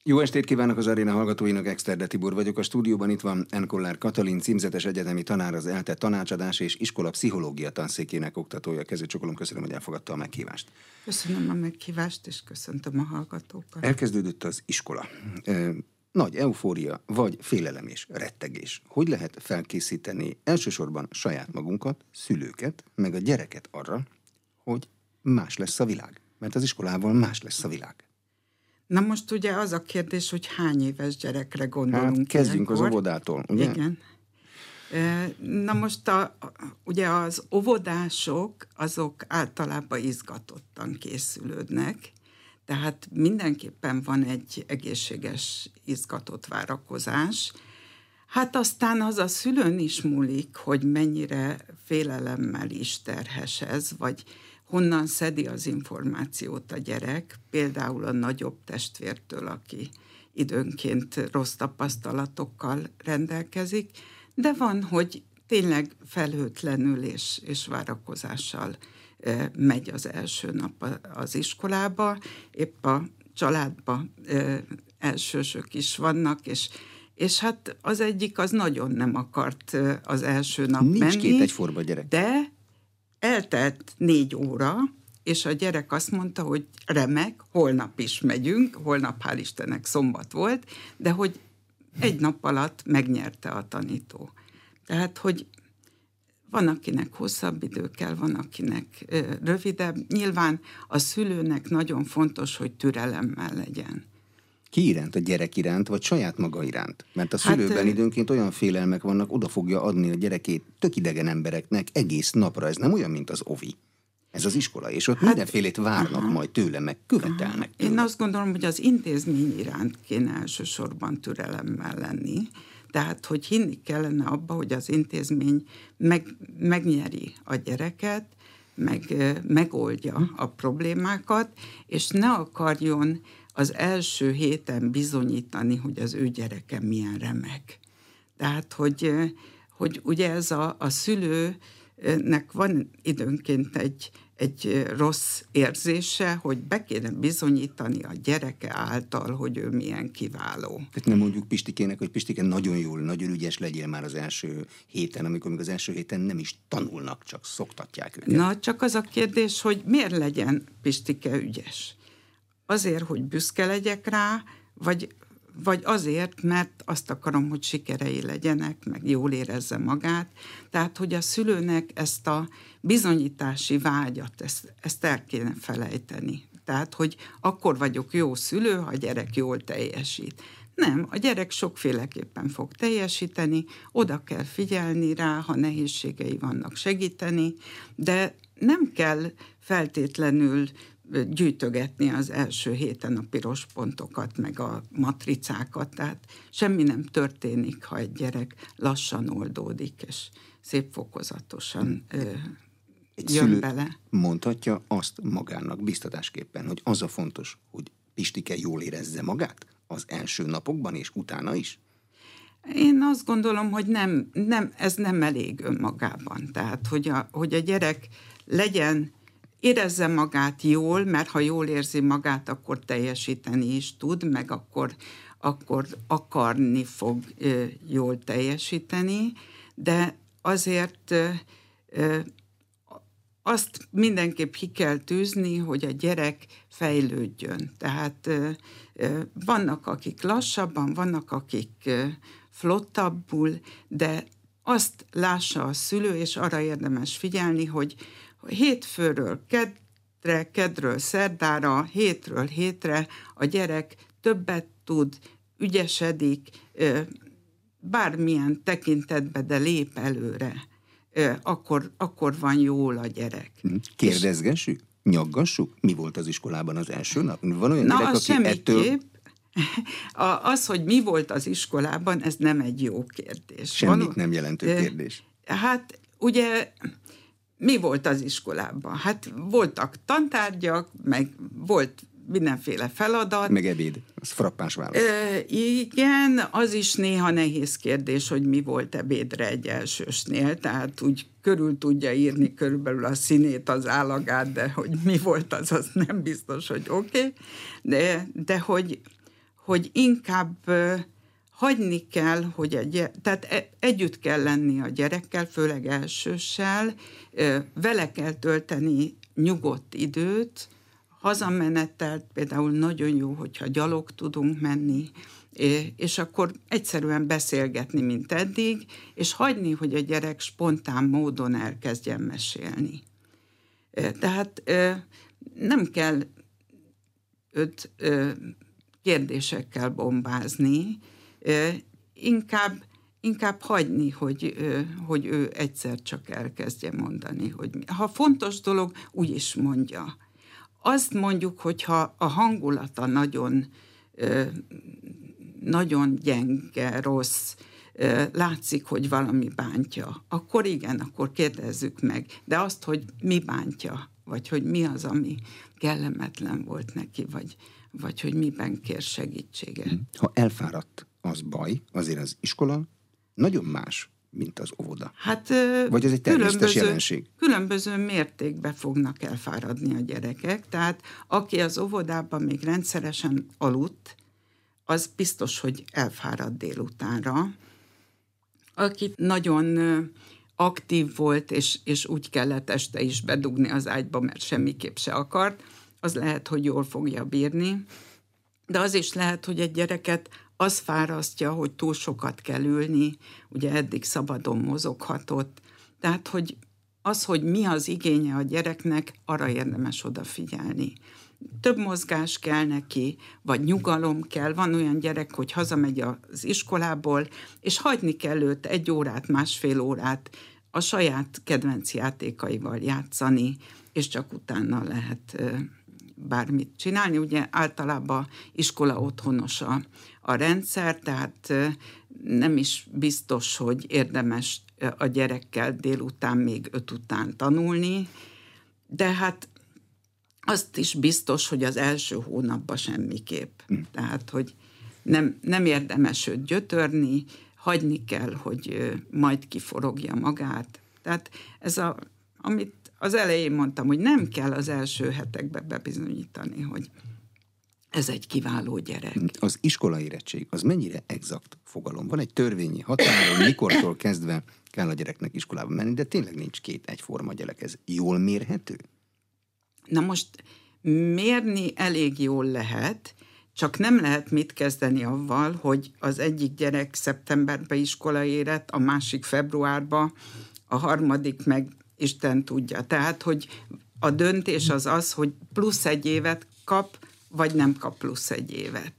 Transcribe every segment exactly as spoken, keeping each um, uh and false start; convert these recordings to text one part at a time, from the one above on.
Jó estét kívánok az aréna hallgatóinak, Exterde Tibor vagyok. A stúdióban itt van Enkollár Katalin, címzetes egyetemi tanár, az ELTE tanácsadás és iskola pszichológia tanszékének oktatója. Kezőcsokolom, köszönöm, hogy elfogadta a meghívást. Köszönöm a meghívást, és köszöntöm a hallgatókat. Elkezdődött az iskola. Nagy eufória, vagy félelem és rettegés. Hogy lehet felkészíteni elsősorban saját magunkat, szülőket, meg a gyereket arra, hogy más lesz a világ? Mert az iskolával más lesz a világ. Na most ugye az a kérdés, hogy hány éves gyerekre gondolunk. Hát kezdjünk ilyenkor. az óvodától, ugye? Igen. Na most a, ugye az óvodások, azok általában izgatottan készülődnek, tehát mindenképpen van egy egészséges, izgatott várakozás. Hát aztán az a szülőn is múlik, hogy mennyire félelemmel is terhes ez, vagy honnan szedi az információt a gyerek, például a nagyobb testvértől, aki időnként rossz tapasztalatokkal rendelkezik, de van, hogy tényleg felhőtlenül és, és várakozással e, megy az első nap az iskolába, épp a családban e, elsősök is vannak, és És hát az egyik az nagyon nem akart az első nap Nincs menni. Nincs két egyforma gyerek. De eltelt négy óra, és a gyerek azt mondta, hogy remek, holnap is megyünk, holnap hál' Istennek szombat volt, de hogy egy nap alatt megnyerte a tanító. Tehát, hogy van, akinek hosszabb idő kell, van, akinek rövidebb. Nyilván a szülőnek nagyon fontos, hogy türelemmel legyen. Ki iránt? A gyerek iránt, vagy saját maga iránt? Mert a szülőben hát, időnként olyan félelmek vannak, oda fogja adni a gyerekét tök idegen embereknek egész napra. Ez nem olyan, mint az ovi. Ez az iskola, és ott hát, mindenfélét várnak aha, majd tőle, meg követelnek tőle. Én azt gondolom, hogy az intézmény iránt kéne elsősorban türelemmel lenni. Tehát, hogy hinni kellene abba, hogy az intézmény meg, megnyeri a gyereket, meg megoldja a problémákat, és ne akarjon az első héten bizonyítani, hogy az ő gyereke milyen remek. Tehát, hogy, hogy ugye ez a, a szülőnek van időnként egy, egy rossz érzése, hogy be kéne bizonyítani a gyereke által, hogy ő milyen kiváló. Tehát nem mondjuk Pistikének, hogy Pistike nagyon jól, nagyon ügyes legyél már az első héten, amikor még az első héten nem is tanulnak, csak szoktatják őket. Na, csak az a kérdés, hogy miért legyen Pistike ügyes? Azért, hogy büszke legyek rá, vagy, vagy azért, mert azt akarom, hogy sikerei legyenek, meg jól érezze magát. Tehát, hogy a szülőnek ezt a bizonyítási vágyat, ezt, ezt el kéne felejteni. Tehát, hogy akkor vagyok jó szülő, ha a gyerek jól teljesít. Nem, a gyerek sokféleképpen fog teljesíteni, oda kell figyelni rá, ha nehézségei vannak, segíteni, de nem kell feltétlenül gyűjtögetni az első héten a piros pontokat, meg a matricákat, tehát semmi nem történik, ha egy gyerek lassan oldódik, és szép fokozatosan ö, egy jön szülő bele. Mondhatja azt magának biztatásképpen, hogy az a fontos, hogy Pistike jól érezze magát az első napokban és utána is? Én azt gondolom, hogy nem, nem, ez nem elég önmagában. Tehát, hogy a, hogy a gyerek legyen, érezze magát jól, mert ha jól érzi magát, akkor teljesíteni is tud, meg akkor, akkor akarni fog ö, jól teljesíteni, de azért ö, ö, azt mindenképp ki kell tűzni, hogy a gyerek fejlődjön. Tehát ö, ö, vannak, akik lassabban, vannak, akik ö, flottabbul, de azt lássa a szülő, és arra érdemes figyelni, hogy hétfőről kedre, kedről szerdára, hétről hétre a gyerek többet tud, ügyesedik, bármilyen tekintetbe, de lép előre, akkor, akkor van jól a gyerek. Kérdezgessük? Nyaggassuk? Mi volt az iskolában az első nap? Van olyan Na, gyerek, az aki ettől... Az, hogy mi volt az iskolában, ez nem egy jó kérdés. Semmit Van, nem jelentő kérdés. Hát ugye mi volt az iskolában? Hát voltak tantárgyak, meg volt mindenféle feladat. Meg ebéd. Az frappáns válasz. E, igen, az is néha nehéz kérdés, hogy mi volt ebédre egy elsősnél, tehát úgy körül tudja írni körülbelül a színét, az állagát, de hogy mi volt az, az nem biztos, hogy oké. Okay. De, de hogy, hogy inkább hagyni kell, hogy egy, tehát együtt kell lenni a gyerekkel, főleg elsőssel, vele kell tölteni nyugodt időt, hazamenetelt például nagyon jó, hogyha gyalog tudunk menni, és akkor egyszerűen beszélgetni, mint eddig, és hagyni, hogy a gyerek spontán módon elkezdjen mesélni. Tehát nem kell őt kérdésekkel bombázni, inkább, inkább hagyni, hogy, hogy ő egyszer csak elkezdje mondani, hogy ha fontos dolog, úgy is mondja. Azt mondjuk, hogyha a hangulata nagyon, nagyon gyenge, rossz, látszik, hogy valami bántja, akkor igen, akkor kérdezzük meg. De azt, hogy mi bántja, vagy hogy mi az, ami kellemetlen volt neki, vagy, vagy hogy miben kér segítséget. Ha elfáradt, az baj, azért az iskola nagyon más, mint az óvoda. Hát, vagy ez egy természetes jelenség? Különböző mértékben fognak elfáradni a gyerekek, tehát aki az óvodában még rendszeresen aludt, az biztos, hogy elfárad délutánra. Aki nagyon aktív volt, és, és úgy kellett este is bedugni az ágyba, mert semmiképp se akart, az lehet, hogy jól fogja bírni. De az is lehet, hogy egy gyereket az fárasztja, hogy túl sokat kell ülni, ugye eddig szabadon mozoghatott. Tehát, hogy az, hogy mi az igénye a gyereknek, arra érdemes odafigyelni. Több mozgás kell neki, vagy nyugalom kell. Van olyan gyerek, hogy hazamegy az iskolából, és hagyni kell őt egy órát, másfél órát a saját kedvenc játékaival játszani, és csak utána lehet bármit csinálni. Ugye általában iskola otthonos a, a rendszer, tehát nem is biztos, hogy érdemes a gyerekkel délután még öt után tanulni, de hát azt is biztos, hogy az első hónapban semmiképp. Hmm. Tehát, hogy nem, nem érdemes őt gyötörni, hagyni kell, hogy majd kiforogja magát. Tehát ez a, amit az elején mondtam, hogy nem kell az első hetekben bebizonyítani, hogy ez egy kiváló gyerek. Az iskolaérettség, az mennyire exakt fogalom? Van egy törvényi határ, hogy mikortól kezdve kell a gyereknek iskolába menni, de tényleg nincs két egyforma gyerek. Ez jól mérhető? Na most mérni elég jól lehet, csak nem lehet mit kezdeni avval, hogy az egyik gyerek szeptemberben iskola érett, a másik februárban, a harmadik meg Isten tudja. Tehát, hogy a döntés az az, hogy plusz egy évet kap, vagy nem kap plusz egy évet.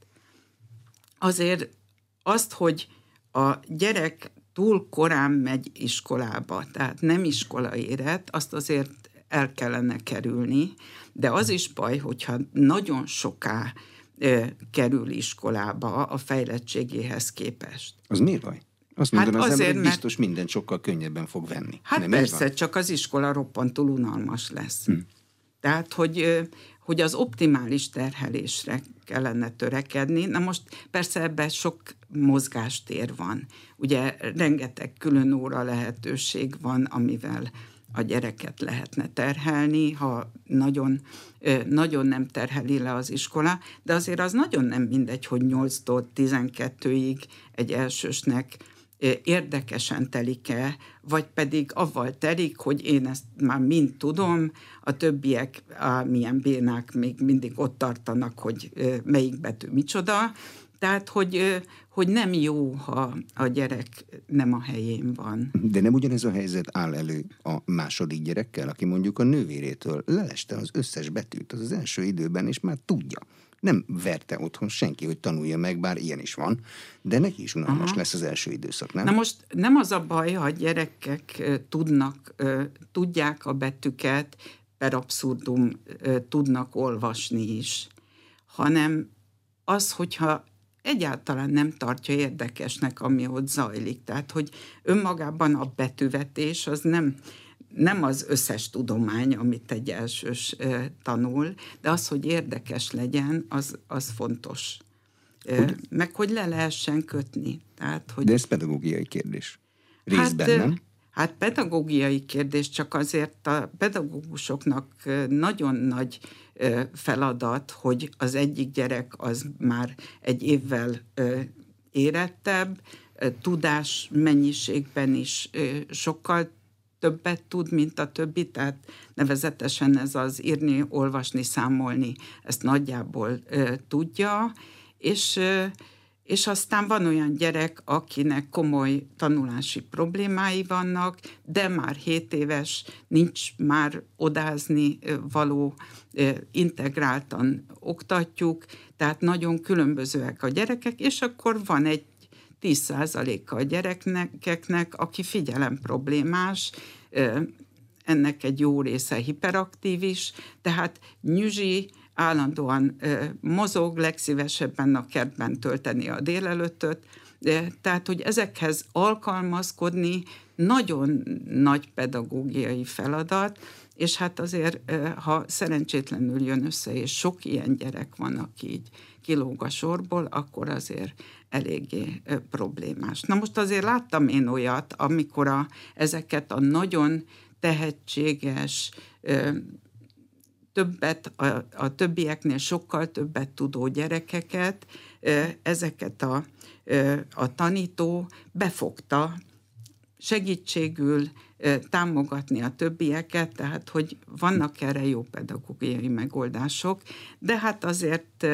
Azért azt, hogy a gyerek túl korán megy iskolába, tehát nem iskola érett, azt azért el kellene kerülni, de az is baj, hogyha nagyon soká ö, kerül iskolába a fejlettségéhez képest. Az miért baj? Azt mondom, hát az azért, ember biztos mert... mindent sokkal könnyebben fog venni. Hát nem persze, csak az iskola roppantul unalmas lesz. Hm. Tehát, hogy, hogy az optimális terhelésre kellene törekedni. Na most persze ebben sok mozgástér van. Ugye rengeteg külön óra lehetőség van, amivel a gyereket lehetne terhelni, ha nagyon, nagyon nem terheli le az iskola, de azért az nagyon nem mindegy, hogy nyolctól tizenkettőig egy elsősnek érdekesen telik-e, vagy pedig avval telik, hogy én ezt már mind tudom, a többiek, á, milyen bénák még mindig ott tartanak, hogy melyik betű micsoda, tehát, hogy, hogy nem jó, ha a gyerek nem a helyén van. De nem ugyanez a helyzet áll elő a második gyerekkel, aki mondjuk a nővérétől leleste az összes betűt az, az első időben, és már tudja. Nem verte otthon senki, hogy tanulja meg, bár ilyen is van, de neki is unalmas Aha. lesz az első időszak, nem? Na most nem az a baj, ha a gyerekek tudnak, tudják a betűket, per abszurdum tudnak olvasni is, hanem az, hogyha egyáltalán nem tartja érdekesnek, ami ott zajlik. Tehát, hogy önmagában a betűvetés az nem, nem az összes tudomány, amit egy elsős e, tanul, de az, hogy érdekes legyen, az, az fontos. E, meg, hogy le lehessen kötni. Tehát, hogy... De ez pedagógiai kérdés. Részben, hát, nem? Hát pedagógiai kérdés, csak azért a pedagógusoknak nagyon nagy feladat, hogy az egyik gyerek az már egy évvel érettebb, tudás mennyiségben is sokkal többet tud, mint a többi, tehát nevezetesen ez az írni, olvasni, számolni, ezt nagyjából tudja, és És aztán van olyan gyerek, akinek komoly tanulási problémái vannak, de már hét éves, nincs már odázni való, integráltan oktatjuk, tehát nagyon különbözőek a gyerekek, és akkor van egy tíz százaléka a gyerekeknek, aki figyelem problémás, ennek egy jó része hiperaktív is, tehát nyüzsi, állandóan ö, mozog, legszívesebben a kertben tölteni a délelőttöt, tehát, hogy ezekhez alkalmazkodni nagyon nagy pedagógiai feladat, és hát azért, ö, ha szerencsétlenül jön össze, és sok ilyen gyerek van, aki így kilóg a sorból, akkor azért eléggé ö, problémás. Na most azért láttam én olyat, amikor a, ezeket a nagyon tehetséges, ö, többet, a, a többieknél sokkal többet tudó gyerekeket, ezeket a, a tanító befogta segítségül támogatni a többieket, tehát hogy vannak erre jó pedagógiai megoldások, de hát azért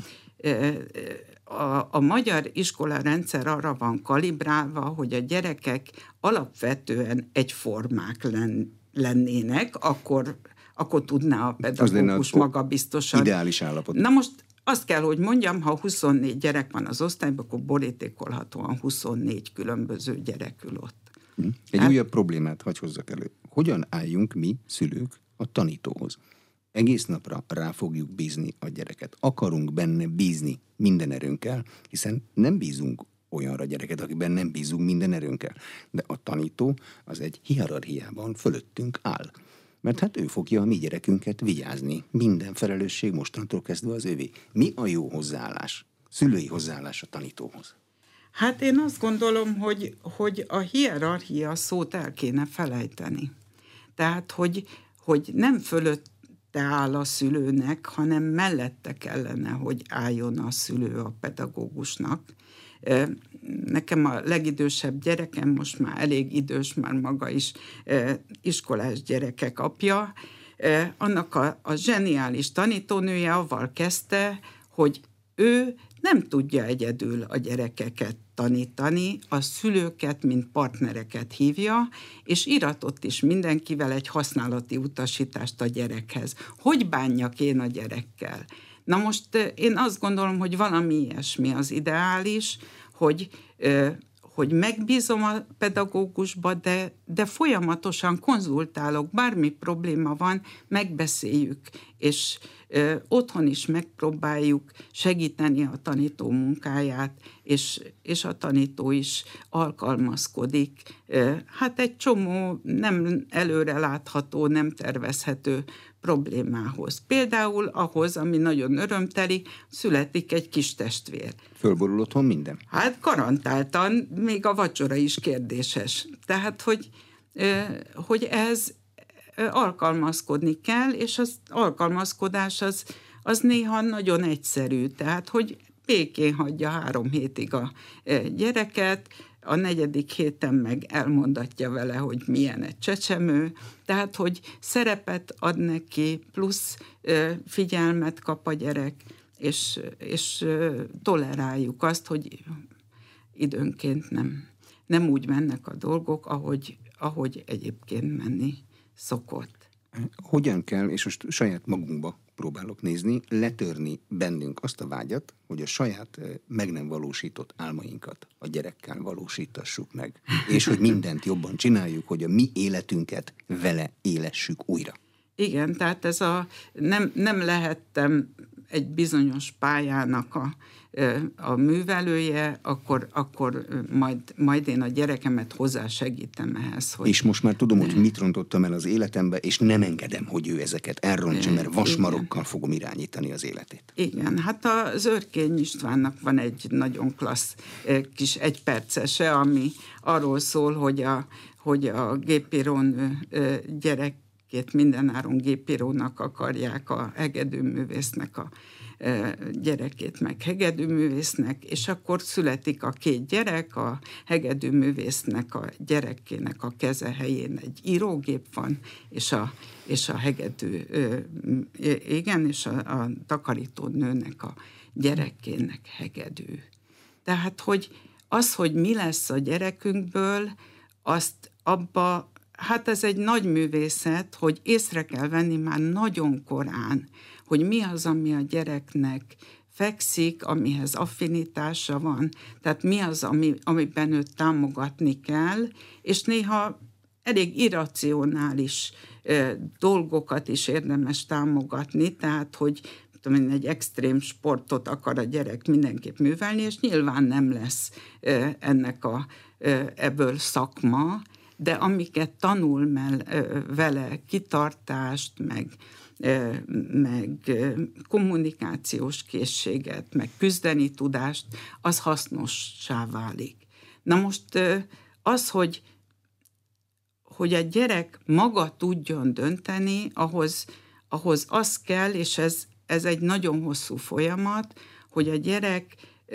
a, a magyar iskola rendszer arra van kalibrálva, hogy a gyerekek alapvetően egyformák len, lennének, akkor akkor tudná a pedagógus maga biztosan. Ideális állapot. Na most azt kell, hogy mondjam, ha huszonnégy gyerek van az osztályban, akkor borítékolhatóan huszonnégy különböző gyerek ül ott. Egy hát, újabb problémát hagy hozzak elő. Hogyan álljunk mi, szülők, a tanítóhoz? Egész napra rá fogjuk bízni a gyereket. Akarunk benne bízni minden erőnkkel, hiszen nem bízunk olyanra gyereket, akiben nem bízunk minden erőnkkel. De a tanító az egy hierarchiában fölöttünk áll. Mert hát ő fogja a mi gyerekünket vigyázni. Minden felelősség mostantól kezdve az övé. Mi a jó hozzáállás? Szülői hozzáállás a tanítóhoz? Hát én azt gondolom, hogy, hogy a hierarchia szót el kéne felejteni. Tehát, hogy, hogy nem fölötte áll a szülőnek, hanem mellette kellene, hogy álljon a szülő a pedagógusnak. Nekem a legidősebb gyerekem, most már elég idős, már maga is iskolás gyerekek apja, annak a, a zseniális tanítónője avval kezdte, hogy ő nem tudja egyedül a gyerekeket tanítani, a szülőket, mint partnereket hívja, és iratott is mindenkivel egy használati utasítást a gyerekhez. Hogy bánjak én a gyerekkel? Na most én azt gondolom, hogy valami ilyesmi az ideális, hogy, hogy megbízom a pedagógusba, de, de folyamatosan konzultálok, bármi probléma van, megbeszéljük, és otthon is megpróbáljuk segíteni a tanító munkáját, és, és a tanító is alkalmazkodik. Hát egy csomó nem előrelátható, nem tervezhető problémához. Például ahhoz, ami nagyon örömteli, születik egy kis testvér. Fölborul otthon minden? Hát garantáltan, még a vacsora is kérdéses. Tehát, hogy, hogy ez alkalmazkodni kell, és az alkalmazkodás az, az néha nagyon egyszerű. Tehát, hogy békén hagyja három hétig a gyereket, a negyedik héten meg elmondatja vele, hogy milyen egy csecsemő, tehát, hogy szerepet ad neki, plusz figyelmet kap a gyerek, és, és toleráljuk azt, hogy időnként nem, nem úgy mennek a dolgok, ahogy, ahogy egyébként menni szokott. Hogyan kell, és most saját magunkba próbálok nézni, letörni bennünk azt a vágyat, hogy a saját meg nem valósított álmainkat a gyerekkel valósítassuk meg, és hogy mindent jobban csináljuk, hogy a mi életünket vele élessük újra. Igen, tehát ez a nem, nem lehettem egy bizonyos pályának a, a művelője, akkor, akkor majd, majd én a gyerekemet hozzásegítem ehhez. Hogy és most már tudom, hogy mit rontottam el az életembe, és nem engedem, hogy ő ezeket elrontsa, mert vasmarokkal fogom irányítani az életét. Igen, hát az Örkény Istvánnak van egy nagyon klassz kis egypercese, ami arról szól, hogy a, hogy a gépírón gyerekét mindenáron gépírónak akarják, a hegedűművésznek a gyerekét meg hegedűművésznek, és akkor születik a két gyerek, a hegedűművésznek a gyerekének a keze helyén egy írógép van, és a, és a hegedű, igen, és a, a takarító nőnek a gyerekének hegedű. Tehát, hogy az, hogy mi lesz a gyerekünkből, azt abba, hát ez egy nagy művészet, hogy észre kell venni már nagyon korán, hogy mi az, ami a gyereknek fekszik, amihez affinitása van, tehát mi az, ami, amiben őt támogatni kell, és néha elég irracionális ö, dolgokat is érdemes támogatni, tehát, hogy tudom én, egy extrém sportot akar a gyerek mindenképp művelni, és nyilván nem lesz ö, ennek a, ö, ebből szakma, de amiket tanul mell, ö, vele, kitartást, meg meg kommunikációs készséget, meg küzdeni tudást, az hasznossá válik. Na most az, hogy, hogy a gyerek maga tudjon dönteni, ahhoz, ahhoz az kell, és ez, ez egy nagyon hosszú folyamat, hogy a gyerek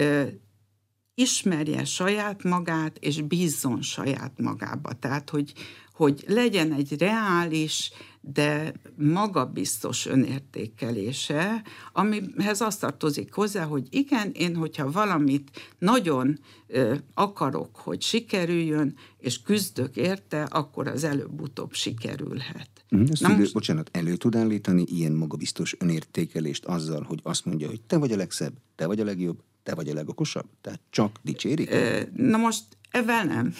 ismerje saját magát, és bízzon saját magába. Tehát, hogy, hogy legyen egy reális, de magabiztos önértékelése, amihez azt tartozik hozzá, hogy igen, én, hogyha valamit nagyon ö, akarok, hogy sikerüljön, és küzdök érte, akkor az előbb-utóbb sikerülhet. Mm, ezt Na most... Bocsánat, elő tud állítani ilyen magabiztos önértékelést azzal, hogy azt mondja, hogy te vagy a legszebb, te vagy a legjobb, te vagy a legokosabb? Tehát csak dicsérik? Na most ezzel nem.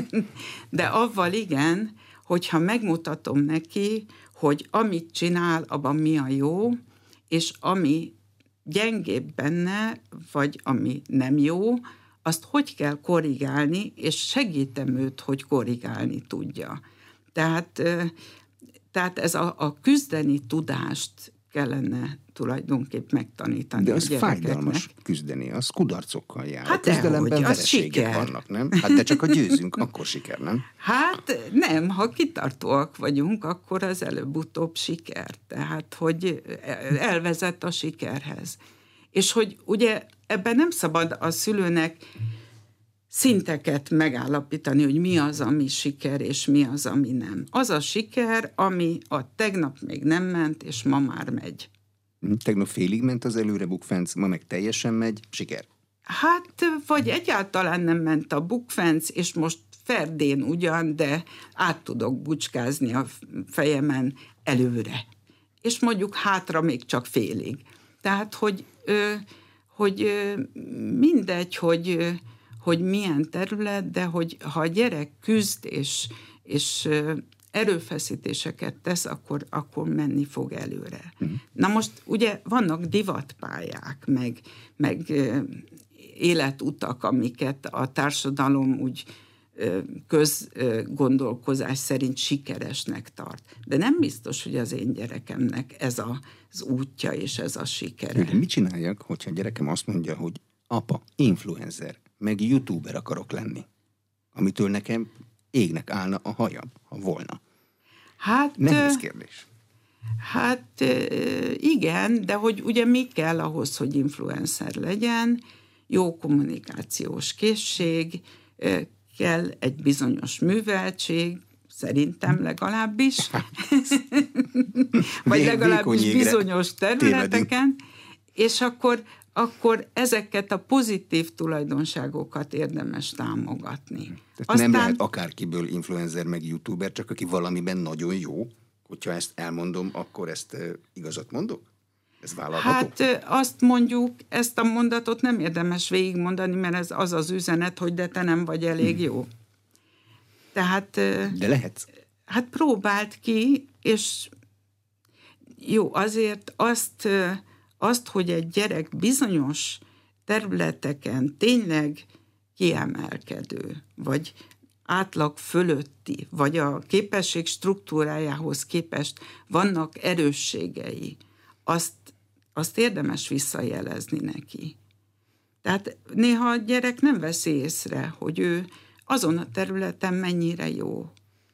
De avval igen, hogyha megmutatom neki, hogy amit csinál, abban mi a jó, és ami gyengébb benne, vagy ami nem jó, azt hogy kell korrigálni, és segítem őt, hogy korrigálni tudja. Tehát, tehát ez a, a küzdeni tudást kellene tulajdonképp megtanítani. De az fájdalmas küzdeni, az kudarcokkal jár. Hát a küzdelemben vereségek vannak, nem? Hát de csak ha győzünk, akkor siker, nem? Hát nem, ha kitartóak vagyunk, akkor az előbb-utóbb siker. Tehát, hogy elvezet a sikerhez. És hogy ugye ebben nem szabad a szülőnek szinteket megállapítani, hogy mi az, ami siker, és mi az, ami nem. Az a siker, ami a tegnap még nem ment, és ma már megy. Tegnap félig ment az előre bukfenc, ma meg teljesen megy, siker? Hát, vagy egyáltalán nem ment a bukfenc, és most ferdén ugyan, de át tudok bucskázni a fejemen előre. És mondjuk hátra még csak félig. Tehát, hogy, hogy mindegy, hogy hogy milyen terület, de hogy ha a gyerek küzd és, és erőfeszítéseket tesz, akkor, akkor menni fog előre. Mm. Na most ugye vannak divatpályák, meg, meg életutak, amiket a társadalom úgy közgondolkozás szerint sikeresnek tart. De nem biztos, hogy az én gyerekemnek ez az útja és ez a sikere. De mit csináljak, hogyha a gyerekem azt mondja, hogy apa, influencer, meg youtuber akarok lenni, amitől nekem égnek állna a hajam, ha volna. Hát, nehéz kérdés. Hát igen, de hogy ugye mi kell ahhoz, hogy influencer legyen? Jó kommunikációs készség, kell egy bizonyos műveltség, szerintem legalábbis, vagy legalábbis bizonyos területeken, és akkor akkor ezeket a pozitív tulajdonságokat érdemes támogatni. Tehát Aztán... nem lehet akárkiből influencer meg youtuber, csak aki valamiben nagyon jó. Hogyha ezt elmondom, akkor ezt e, igazat mondok? Ez vállalható? Hát azt mondjuk, ezt a mondatot nem érdemes végigmondani, mert ez az az üzenet, hogy de te nem vagy elég hmm. jó. Tehát... De lehetsz. Hát próbáld ki, és jó, azért azt... azt, hogy egy gyerek bizonyos területeken tényleg kiemelkedő, vagy átlag fölötti, vagy a képesség struktúrájához képest vannak erősségei, azt, azt érdemes visszajelezni neki. Tehát néha a gyerek nem veszi észre, hogy ő azon a területen mennyire jó.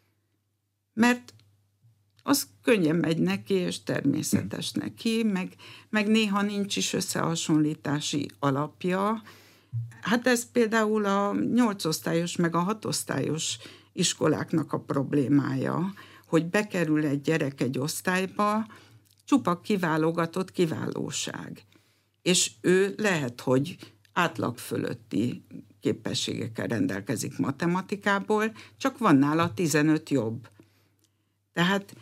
Mert az könnyen megy neki, és természetes neki, meg, meg néha nincs is összehasonlítási alapja. Hát ez például a nyolcosztályos meg a hatosztályos iskoláknak a problémája, hogy bekerül egy gyerek egy osztályba, csupa kiválogatott kiválóság. És ő lehet, hogy átlag fölötti képességekkel rendelkezik matematikából, csak van nála tizenöt jobb. Tehát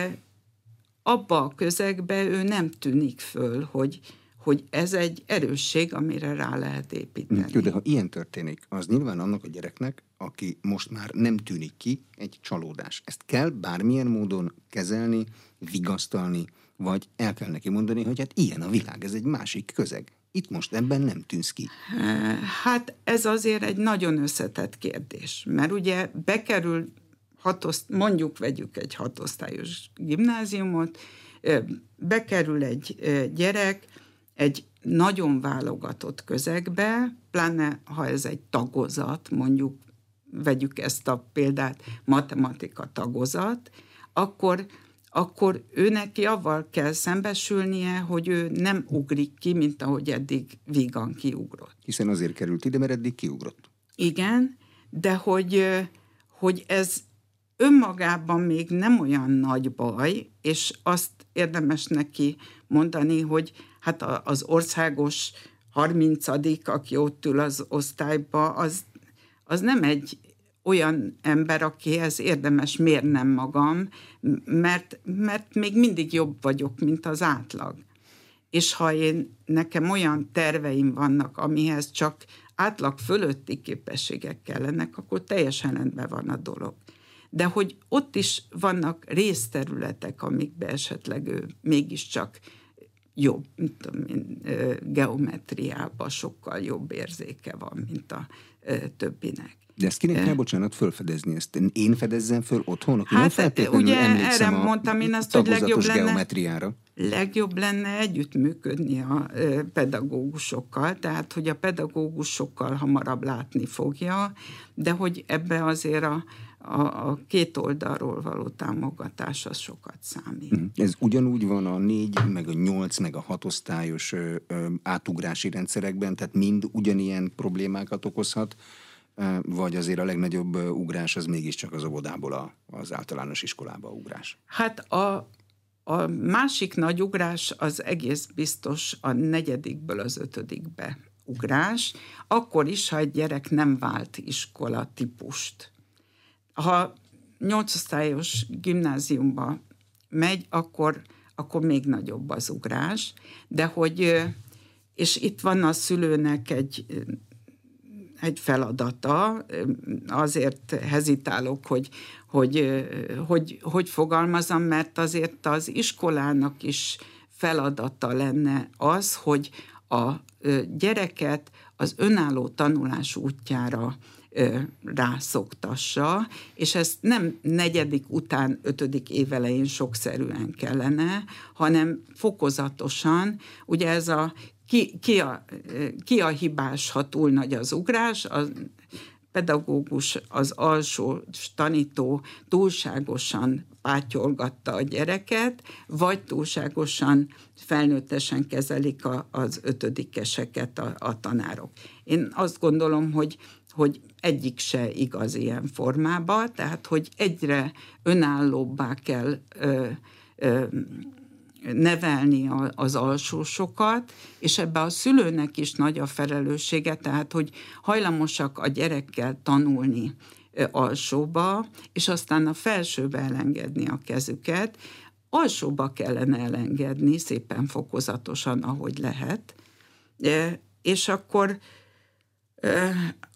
abba a közegbe ő nem tűnik föl, hogy, hogy ez egy erősség, amire rá lehet építeni. Jó, de ha ilyen történik, az nyilván annak a gyereknek, aki most már nem tűnik ki, egy csalódás. Ezt kell bármilyen módon kezelni, vigasztalni, vagy el kell neki mondani, hogy hát ilyen a világ, ez egy másik közeg. Itt most ebben nem tűnsz ki. Hát ez azért egy nagyon összetett kérdés, mert ugye bekerül Hatoszt, mondjuk vegyük egy hatosztályos gimnáziumot, bekerül egy gyerek egy nagyon válogatott közegbe, pláne ha ez egy tagozat, mondjuk vegyük ezt a példát, matematika tagozat, akkor, akkor ő neki avval kell szembesülnie, hogy ő nem ugrik ki, mint ahogy eddig vígan kiugrott. Hiszen azért került ide, mert eddig kiugrott. Igen, de hogy, hogy ez önmagában még nem olyan nagy baj, és azt érdemes neki mondani, hogy hát az országos harmincadik, aki ott ül az osztályba, az, az nem egy olyan ember, akihez érdemes mérnem magam, mert, mert még mindig jobb vagyok, mint az átlag. És ha én, nekem olyan terveim vannak, amihez csak átlag fölötti képességek kellenek, akkor teljesen rendben van a dolog. De hogy ott is vannak részterületek, amikben esetleg ő mégiscsak jobb, mint tudom én, geometriában sokkal jobb érzéke van, mint a többinek. De ezt kinek kell, bocsánat, fölfedezni? Ezt én fedezzem föl otthon? Aki hát nem feltétlenül ugye emlékszem erre a mondtam én azt, hogy legjobb lenne, geometriára. legjobb lenne együttműködni a pedagógusokkal, tehát hogy a pedagógusokkal hamarabb látni fogja, de hogy ebbe azért a A, a két oldalról való támogatás az sokat számít. Ez ugyanúgy van a négy, meg a nyolc, meg a hatosztályos ö, ö, átugrási rendszerekben, tehát mind ugyanilyen problémákat okozhat, ö, vagy azért a legnagyobb ö, ugrás az mégiscsak az óvodából a, az általános iskolába ugrás? Hát a, a másik nagy ugrás az egész biztos a negyedikből az ötödikbe ugrás, akkor is, ha egy gyerek nem vált iskola típust. Ha nyolcosztályos gimnáziumba megy, akkor, akkor még nagyobb az ugrás, de hogy, és itt van a szülőnek egy, egy feladata, azért hezitálok, hogy hogy, hogy hogy fogalmazom, mert azért az iskolának is feladata lenne az, hogy a gyereket az önálló tanulás útjára rászoktassa, és ezt nem negyedik után ötödik évelején sokszerűen kellene, hanem fokozatosan, ugye ez a ki, ki, a ki a hibás, ha túl nagy az ugrás, a pedagógus, az alsó tanító túlságosan pátyolgatta a gyereket, vagy túlságosan felnőttesen kezelik a, az ötödikeseket a, a tanárok. Én azt gondolom, hogy hogy egyik se igaz ilyen formába, tehát hogy egyre önállóbbá kell ö, ö, nevelni a, az alsósokat, és ebbe a szülőnek is nagy a felelőssége, tehát hogy hajlamosak a gyerekkel tanulni ö, alsóba, és aztán a felsőbe elengedni a kezüket. Alsóba kellene elengedni, szépen fokozatosan, ahogy lehet, e, és akkor ö,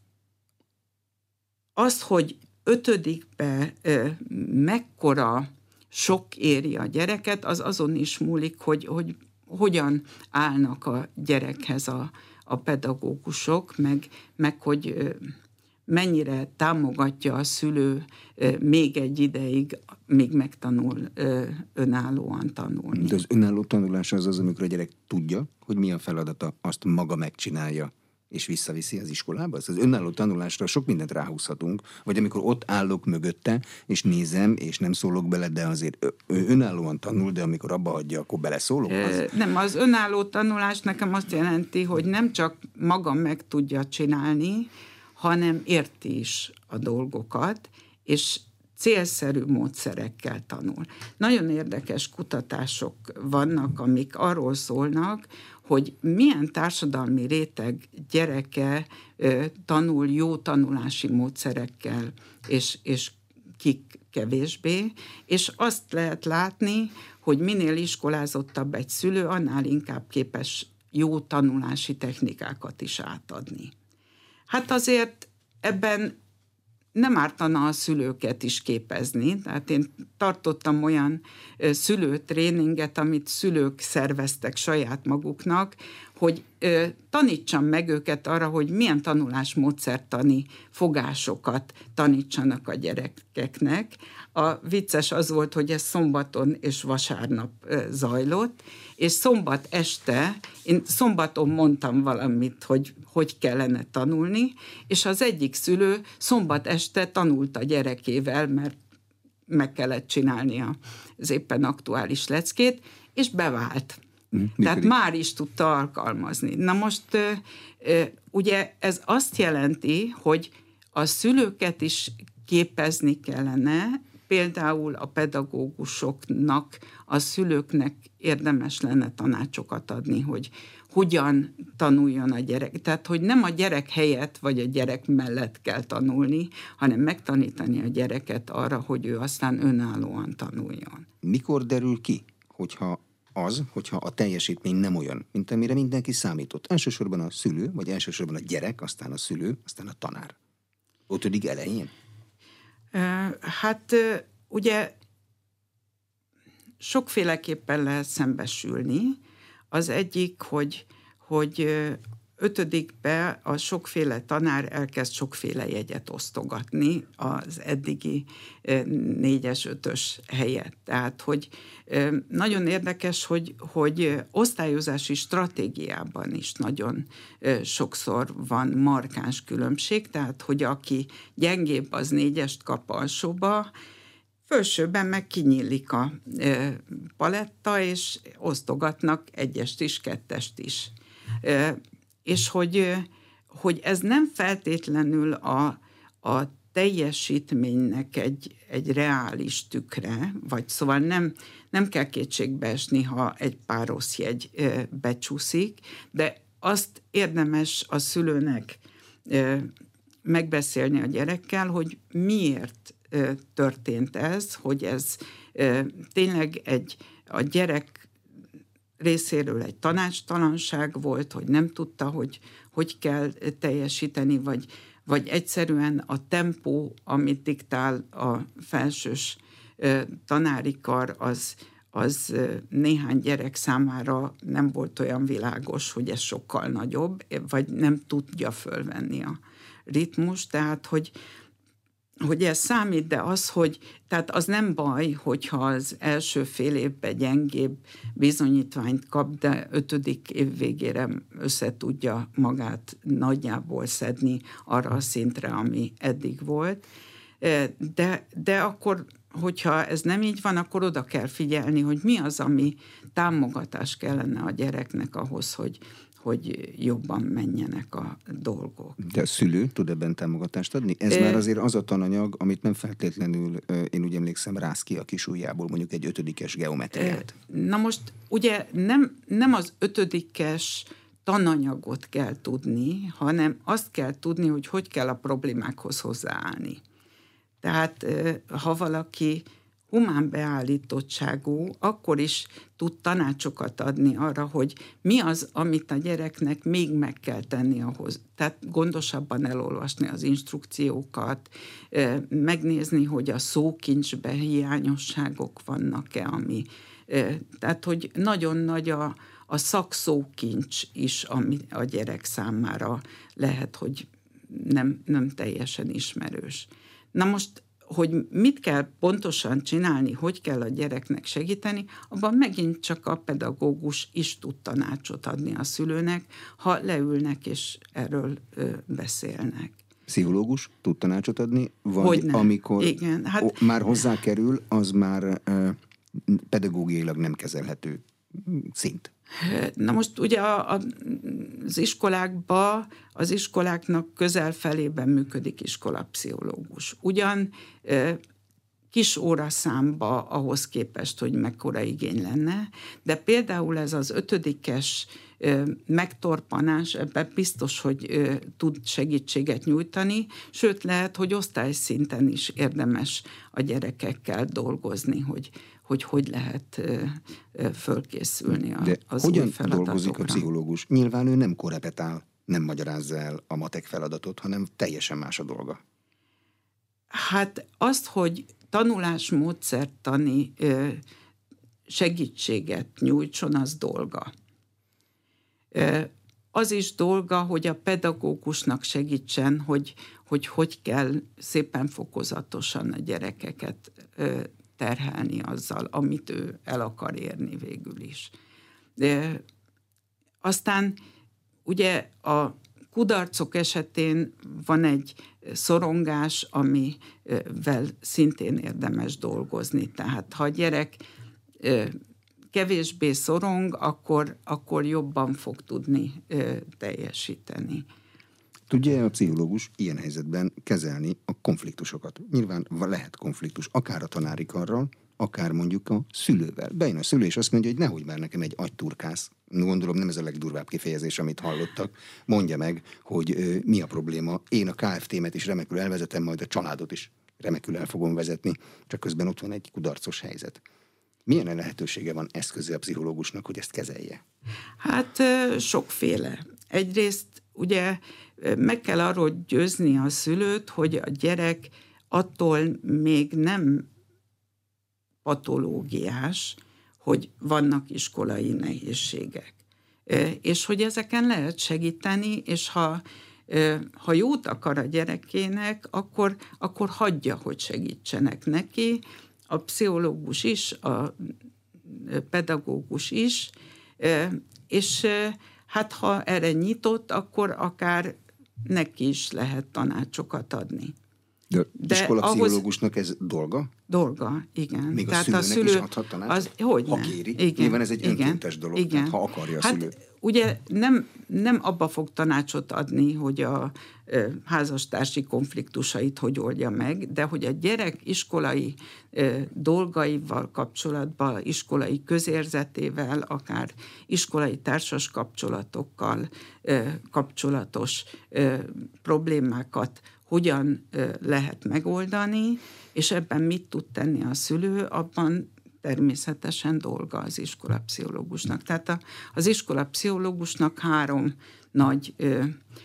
azt, hogy ötödikbe ö, mekkora sok éri a gyereket, az azon is múlik, hogy, hogy hogyan állnak a gyerekhez a, a pedagógusok, meg, meg hogy mennyire támogatja a szülő még egy ideig, míg megtanul önállóan tanulni. De az önálló tanulás az az, amikor a gyerek tudja, hogy mi a feladata, azt maga megcsinálja, és visszaviszi az iskolába? Az önálló tanulásra sok mindent ráhúzhatunk, vagy amikor ott állok mögötte, és nézem, és nem szólok bele, de azért ő önállóan tanul, de amikor abba hagyja, akkor beleszólok? Az... Nem, az önálló tanulás nekem azt jelenti, hogy nem csak maga meg tudja csinálni, hanem érti is a dolgokat, és célszerű módszerekkel tanul. Nagyon érdekes kutatások vannak, amik arról szólnak, hogy milyen társadalmi réteg gyereke ö, tanul jó tanulási módszerekkel, és, és kik kevésbé, és azt lehet látni, hogy minél iskolázottabb egy szülő, annál inkább képes jó tanulási technikákat is átadni. Hát azért ebben nem ártana a szülőket is képezni. Tehát én tartottam olyan szülőtréninget, amit szülők szerveztek saját maguknak, hogy tanítsam meg őket arra, hogy milyen tanulásmódszertani fogásokat tanítsanak a gyerekeknek. A vicces az volt, hogy ez szombaton és vasárnap zajlott, és szombat este, én szombaton mondtam valamit, hogy hogy kellene tanulni, és az egyik szülő szombat este tanult a gyerekével, mert meg kellett csinálnia az éppen aktuális leckét, és bevált. Mm, Tehát már is tudta alkalmazni. Na most ugye ez azt jelenti, hogy a szülőket is képezni kellene, például a pedagógusoknak, a szülőknek érdemes lenne tanácsokat adni, hogy hogyan tanuljon a gyerek. Tehát, hogy nem a gyerek helyett, vagy a gyerek mellett kell tanulni, hanem megtanítani a gyereket arra, hogy ő aztán önállóan tanuljon. Mikor derül ki, hogyha az, hogyha a teljesítmény nem olyan, mint amire mindenki számított? Elsősorban a szülő, vagy elsősorban a gyerek, aztán a szülő, aztán a tanár. Ötödik elején? Hát ugye sokféleképpen lehet szembesülni. Az egyik, hogy, hogy ötödikbe a sokféle tanár elkezd sokféle jegyet osztogatni az eddigi négyes, ötös helyett. Tehát, hogy nagyon érdekes, hogy, hogy osztályozási stratégiában is nagyon sokszor van markáns különbség, tehát, hogy aki gyengébb, az négyest kap alsóba, felsőben meg kinyílik a paletta, és osztogatnak egyest is, kettest is. És hogy, hogy ez nem feltétlenül a, a teljesítménynek egy, egy reális tükre, vagy szóval nem, nem kell kétségbe esni, ha egy pár rossz jegy becsúszik, de azt érdemes a szülőnek megbeszélni a gyerekkel, hogy miért történt ez, hogy ez tényleg egy a gyerek részéről egy tanácstalanság volt, hogy nem tudta, hogy hogy kell teljesíteni, vagy, vagy egyszerűen a tempó, amit diktál a felsős tanári kar, az, az néhány gyerek számára nem volt olyan világos, hogy ez sokkal nagyobb, vagy nem tudja fölvenni a ritmus, tehát hogy hogy ez számít, de az, hogy tehát az nem baj, hogyha az első fél évben gyengébb bizonyítványt kap, de ötödik év végére össze tudja magát nagyjából szedni arra a szintre, ami eddig volt. De, de akkor, hogyha ez nem így van, akkor oda kell figyelni, hogy mi az, ami támogatás kellene a gyereknek ahhoz, hogy hogy jobban menjenek a dolgok. De a szülő tud ebben támogatást adni? Ez e... már azért az a tananyag, amit nem feltétlenül, én úgy emlékszem, rász ki a kis ujjából, mondjuk egy ötödikes geometriát. E... Na most ugye nem, nem az ötödikes tananyagot kell tudni, hanem azt kell tudni, hogy hogy kell a problémákhoz hozzáállni. Tehát ha valaki humán beállítottságú, akkor is tud tanácsokat adni arra, hogy mi az, amit a gyereknek még meg kell tenni ahhoz. Tehát gondosabban elolvasni az instrukciókat, megnézni, hogy a szókincsben hiányosságok vannak-e, ami... Tehát, hogy nagyon nagy a, a szakszókincs is, ami a gyerek számára lehet, hogy nem, nem teljesen ismerős. Na most, hogy mit kell pontosan csinálni, hogy kell a gyereknek segíteni, abban megint csak a pedagógus is tud tanácsot adni a szülőnek, ha leülnek és erről ö, beszélnek. Pszichológus tud tanácsot adni, vagy Hogyne. amikor Igen, hát, o, már hozzá kerül, az már ö, pedagógiailag nem kezelhető szint? Na most ugye a, a, az iskolákban, az iskoláknak közel felében működik iskolapszichológus. Ugyan kis óraszámba ahhoz képest, hogy mekkora igény lenne, de például ez az ötödikes megtorpanás, ebben biztos, hogy tud segítséget nyújtani, sőt lehet, hogy osztályszinten is érdemes a gyerekekkel dolgozni, hogy hogy hogy lehet fölkészülni a, de az új feladatokra. Hogyan dolgozik a pszichológus? Nyilván ő nem korepetál, nem magyarázza el a matek feladatot, hanem teljesen más a dolga. Hát azt, hogy tanulásmódszertani segítséget nyújtson, az dolga. Az is dolga, hogy a pedagógusnak segítsen, hogy hogy, hogy kell szépen fokozatosan a gyerekeket terhelni azzal, amit ő el akar érni végül is. De aztán ugye a kudarcok esetén van egy szorongás, amivel szintén érdemes dolgozni. Tehát ha a gyerek kevésbé szorong, akkor, akkor jobban fog tudni teljesíteni. Tudja a pszichológus ilyen helyzetben kezelni a konfliktusokat? Nyilván lehet konfliktus, akár a tanári karral, akár mondjuk a szülővel. Bejön a szülő, és azt mondja, hogy nehogy már nekem egy agyturkász. Gondolom nem ez a legdurvább kifejezés, amit hallottak. Mondja meg, hogy ö, mi a probléma. Én a ká ef té-met is remekül elvezetem, majd a családot is remekül el fogom vezetni, csak közben ott van egy kudarcos helyzet. Milyen lehetősége van, eszköze a pszichológusnak, hogy ezt kezelje? Hát sokféle. Egyrészt ugye meg kell arról győzni a szülőt, hogy a gyerek attól még nem patológiás, hogy vannak iskolai nehézségek. És hogy ezeken lehet segíteni, és ha, ha jót akar a gyerekének, akkor, akkor hagyja, hogy segítsenek neki, a pszichológus is, a pedagógus is, és hát ha erre nyitott, akkor akár neki is lehet tanácsokat adni. De, De iskolapszichológusnak ahhoz... ez dolga? Dolga, igen. Még Tehát a szülőnek a szülő... is adhat tanácsot? Az, hogyne. Ha kéri. Igen. Nyilván ez egy igen. önkéntes dolog, igen. Tehát, ha akarja a hát, szülő. Ugye nem, nem abba fog tanácsot adni, hogy a e, házastársi konfliktusait hogy oldja meg, de hogy a gyerek iskolai e, dolgaival kapcsolatban, iskolai közérzetével, akár iskolai társas kapcsolatokkal e, kapcsolatos e, problémákat hogyan lehet megoldani, és ebben mit tud tenni a szülő, abban természetesen dolga az iskolapszichológusnak. Tehát a, az iskolapszichológusnak három nagy ö,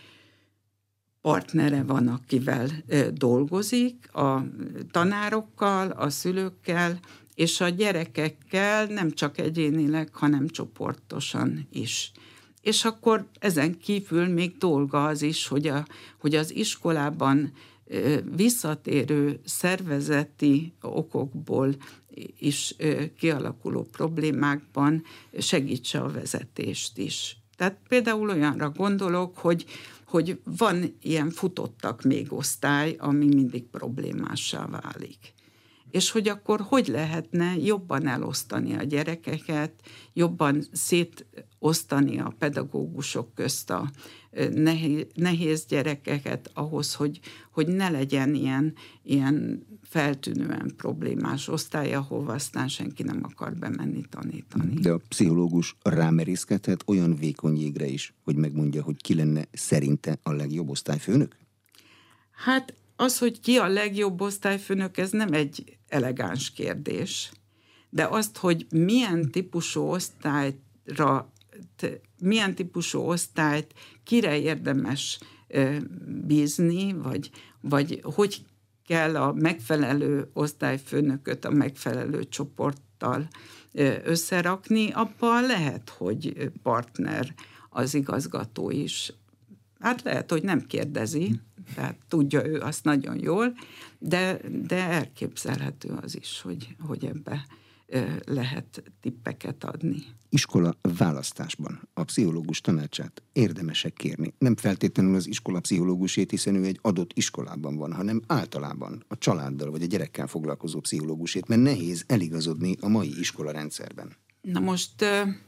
partnere van, akivel ö, dolgozik, a tanárokkal, a szülőkkel, és a gyerekekkel nem csak egyénileg, hanem csoportosan is. És akkor ezen kívül még dolga az is, hogy, a, hogy az iskolában visszatérő szervezeti okokból is kialakuló problémákban segítse a vezetést is. Tehát például olyanra gondolok, hogy, hogy van ilyen futottak még osztály, ami mindig problémássá válik. És hogy akkor hogy lehetne jobban elosztani a gyerekeket, jobban szétosztani a pedagógusok közt a nehéz, nehéz gyerekeket ahhoz, hogy, hogy ne legyen ilyen, ilyen feltűnően problémás osztály, ahova aztán senki nem akar bemenni tanítani. De a pszichológus rámerészkedhet olyan vékony jégre is, hogy megmondja, hogy ki lenne szerinte a legjobb osztályfőnök? Hát az, hogy ki a legjobb osztályfőnök, ez nem egy elegáns kérdés, de azt, hogy milyen típusú osztályra, milyen típusú osztályt kire érdemes bízni, vagy, vagy hogy kell a megfelelő osztályfőnököt a megfelelő csoporttal csapattal összerakni, abban lehet, hogy partner az igazgató is. Hát lehet, hogy nem kérdezi, tehát tudja ő azt nagyon jól, de, de elképzelhető az is, hogy, hogy ebbe lehet tippeket adni. Iskola választásban a pszichológus tanácsát érdemesek kérni. Nem feltétlenül az iskola pszichológusét, hiszen ő egy adott iskolában van, hanem általában a családdal vagy a gyerekkel foglalkozó pszichológusét, mert nehéz eligazodni a mai iskola rendszerben. Na most,